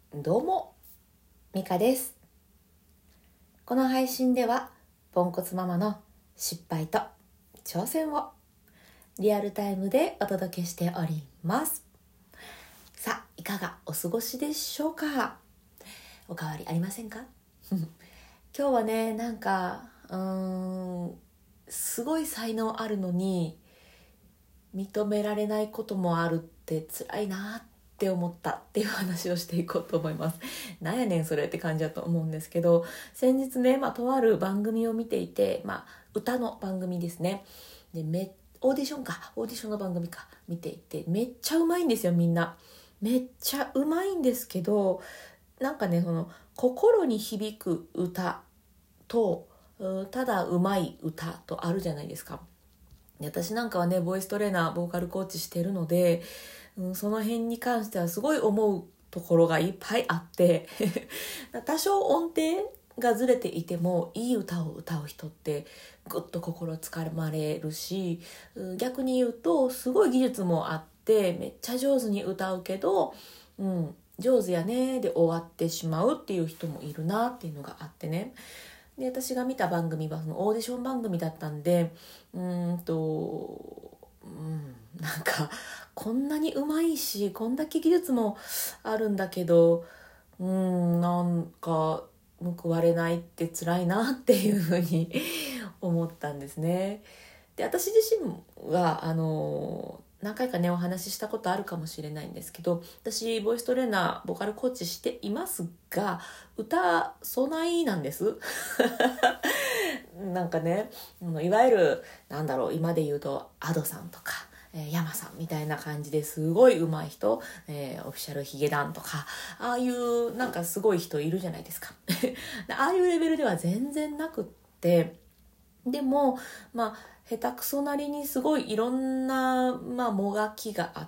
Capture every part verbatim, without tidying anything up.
どうも、ミカです。この配信ではポンコツママの失敗と挑戦をリアルタイムでお届けしております。さあ、いかがお過ごしでしょうか。おかわりありませんか今日はね、なんかうーんすごい才能あるのに認められないこともあるって辛いなって思ったっていう話をしていこうと思います。なんやねんそれって感じだと思うんですけど、先日ね、まあ、とある番組を見ていて、まあ、歌の番組ですね。でめオーディションかオーディションの番組か見ていて、めっちゃうまいんですよ。みんなめっちゃうまいんですけど、なんかね、その心に響く歌とただうまい歌とあるじゃないですか。で私なんかはね、ボイストレーナーボーカルコーチしてるので、うん、その辺に関してはすごい思うところがいっぱいあって多少音程がずれていてもいい歌を歌う人ってぐっと心つかまれるし、逆に言うとすごい技術もあってめっちゃ上手に歌うけど、うん、上手やねで終わってしまうっていう人もいるなっていうのがあってね。で私が見た番組はそのオーディション番組だったんで、うーんと、うん、なんかこんなにうまいしこんだけ技術もあるんだけど、うん、なんか報われないって辛いなっていうふうに思ったんですね。で私自身はあの何回かねお話ししたことあるかもしれないんですけど、私ボイストレーナーボーカルコーチしていますが、歌そないなんですなんかね、いわゆるなんだろう、今で言うとアドさんとか山さんみたいな感じですごい上手い人、えー、オフィシャルヒゲダンとか、ああいうなんかすごい人いるじゃないですかああいうレベルでは全然なくって、でもまあ下手くそなりにすごいいろんな、まあ、もがきがあって、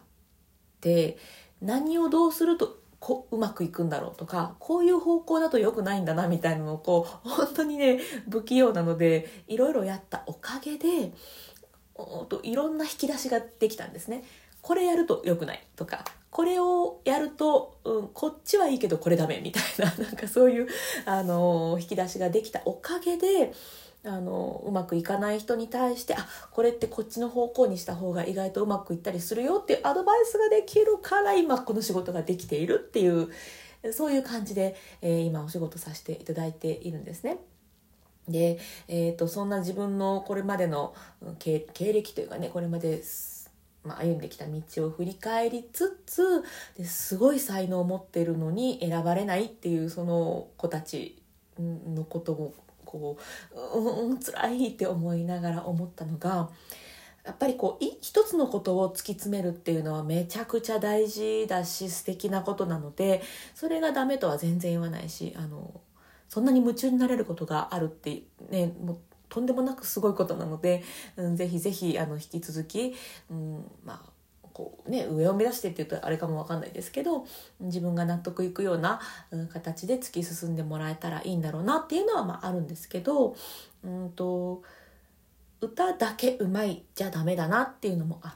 何をどうするとこうまくいくんだろうとか、こういう方向だと良くないんだなみたいなのと本当にね不器用なので、いろいろやったおかげでいろんな引き出しができたんですね。これやると良くないとか、これをやると、うん、こっちはいいけどこれダメみたいな、なんかそういう、あの引き出しができたおかげで、あのうまくいかない人に対して、あ、これってこっちの方向にした方が意外とうまくいったりするよっていうアドバイスができるから今この仕事ができているっていう、そういう感じで、えー、今お仕事させていただいているんですね。で、えーと、そんな自分のこれまでの経、経歴というかね、これまで、まあ、歩んできた道を振り返りつつ、ですごい才能を持ってるのに選ばれないっていうその子たちのこともこう、うん、辛いって思いながら思ったのが、やっぱりこう一つのことを突き詰めるっていうのはめちゃくちゃ大事だし素敵なことなので、それがダメとは全然言わないし、あのそんなに夢中になれることがあるってね、もうとんでもなくすごいことなので、うん、ぜひぜひあの引き続き、うん、まあこうね、上を目指してって言うとあれかもわかんないですけど、自分が納得いくような形で突き進んでもらえたらいいんだろうなっていうのはまああるんですけど、うんと歌だけうまいじゃダメだなっていうのもあって、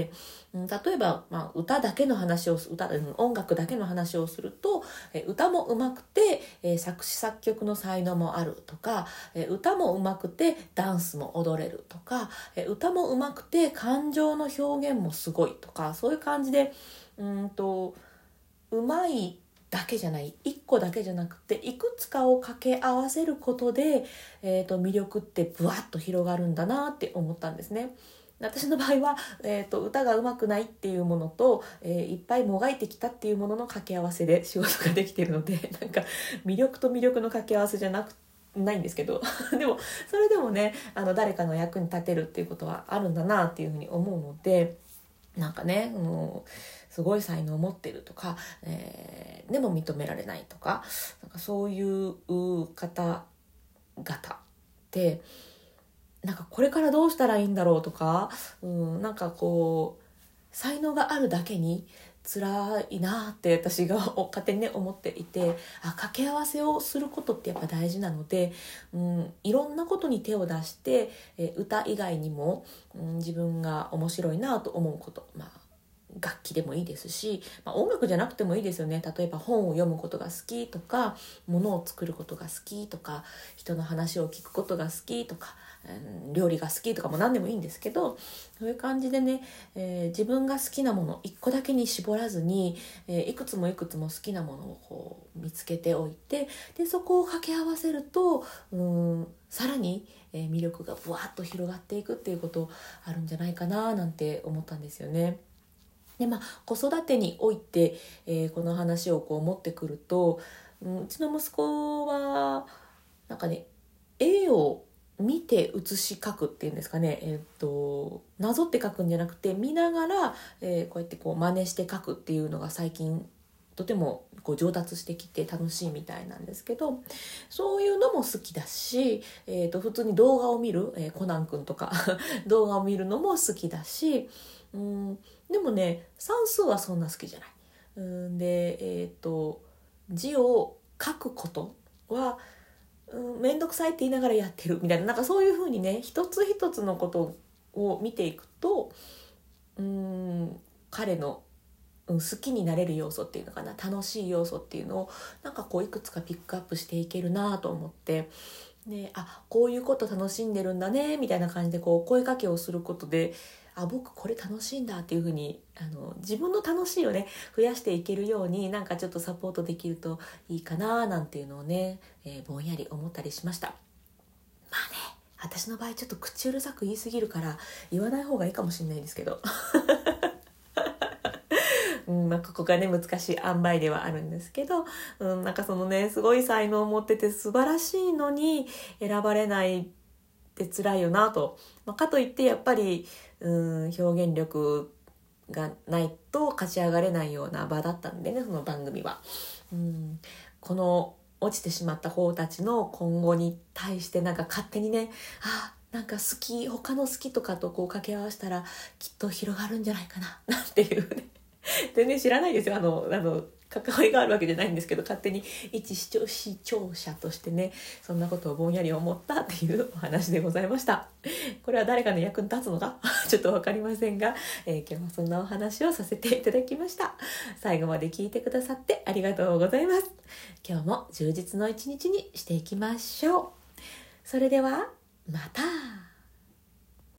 例えば、まあ、歌だけの話を歌音楽だけの話をすると、歌もうまくて作詞作曲の才能もあるとか、歌もうまくてダンスも踊れるとか、歌もうまくて感情の表現もすごいとか、そういう感じでうんとうまいだけじゃない、一個だけじゃなくていくつかを掛け合わせることで、えーと、魅力ってブワッと広がるんだなって思ったんですね。私の場合は、えーと、歌が上手くないっていうものと、えー、いっぱいもがいてきたっていうものの掛け合わせで仕事ができているので、なんか魅力と魅力の掛け合わせじゃなくないんですけどでもそれでもね、あの誰かの役に立てるっていうことはあるんだなっていうふうに思うので、なんかね、もうすごい才能を持ってるとか、えー、でも認められないとか、なんかそういう方々ってなんかこれからどうしたらいいんだろうとか、うん、なんかこう才能があるだけに辛いなって私が勝手にね思っていて、あ、掛け合わせをすることってやっぱ大事なので、うん、いろんなことに手を出して、え歌以外にも、うん、自分が面白いなと思うこと、まあ楽器でもいいですし、まあ、音楽じゃなくてもいいですよね。例えば本を読むことが好きとか、物を作ることが好きとか、人の話を聞くことが好きとか、うん、料理が好きとかも何でもいいんですけど、そういう感じでね、えー自分が好きなもの一個だけに絞らずに、えーいくつもいくつも好きなものをこう見つけておいて、でそこを掛け合わせると、うんさらに、えー魅力がぶわっと広がっていくっていうことあるんじゃないかななんて思ったんですよね。でまあ、子育てにおいて、えーこの話をこう持ってくると、うん、うちの息子はなんかね、絵を見て写し描くっていうんですかね、えー、となぞって描くんじゃなくて、見ながら、えーこうやってこう真似して描くっていうのが最近とてもこう上達してきて楽しいみたいなんですけど、そういうのも好きだし、えー、と普通に動画を見る、えーコナン君とか動画を見るのも好きだし、うんでもね、算数はそんな好きじゃない。うんで、えっ、と字を書くことはうん面倒くさいって言いながらやってるみたいな、なんかそういう風にね、一つ一つのことを見ていくと、うん彼のうん好きになれる要素っていうのかな、楽しい要素っていうのをなんかこういくつかピックアップしていけるなと思って、で、あ、こういうこと楽しんでるんだねみたいな感じでこう声かけをすることで、あ、僕これ楽しいんだっていうふうに、あの自分の楽しいをね増やしていけるように、なんかちょっとサポートできるといいかななんていうのをね、えーぼんやり思ったりしました。まあね、私の場合ちょっと口うるさく言い過ぎるから言わない方がいいかもしれないですけどうんまあ、ここがね難しい塩梅ではあるんですけど、うん、なんかそのね、すごい才能を持ってて素晴らしいのに選ばれないって辛いよなと、まあ、かといってやっぱり、うん、表現力がないと勝ち上がれないような場だったんでね、その番組は。うんこの落ちてしまった方たちの今後に対してなんか勝手にね、あなんか好き、他の好きとかとこう掛け合わせたらきっと広がるんじゃないかななんていうね全然知らないですよ、あのあの関わりがあるわけじゃないんですけど、勝手に一視聴視聴者としてね、そんなことをぼんやり思ったっていうお話でございました。これは誰かの役に立つのかちょっと分かりませんが、えー、今日はそんなお話をさせていただきました。最後まで聞いてくださってありがとうございます。今日も充実の一日にしていきましょう。それではまた。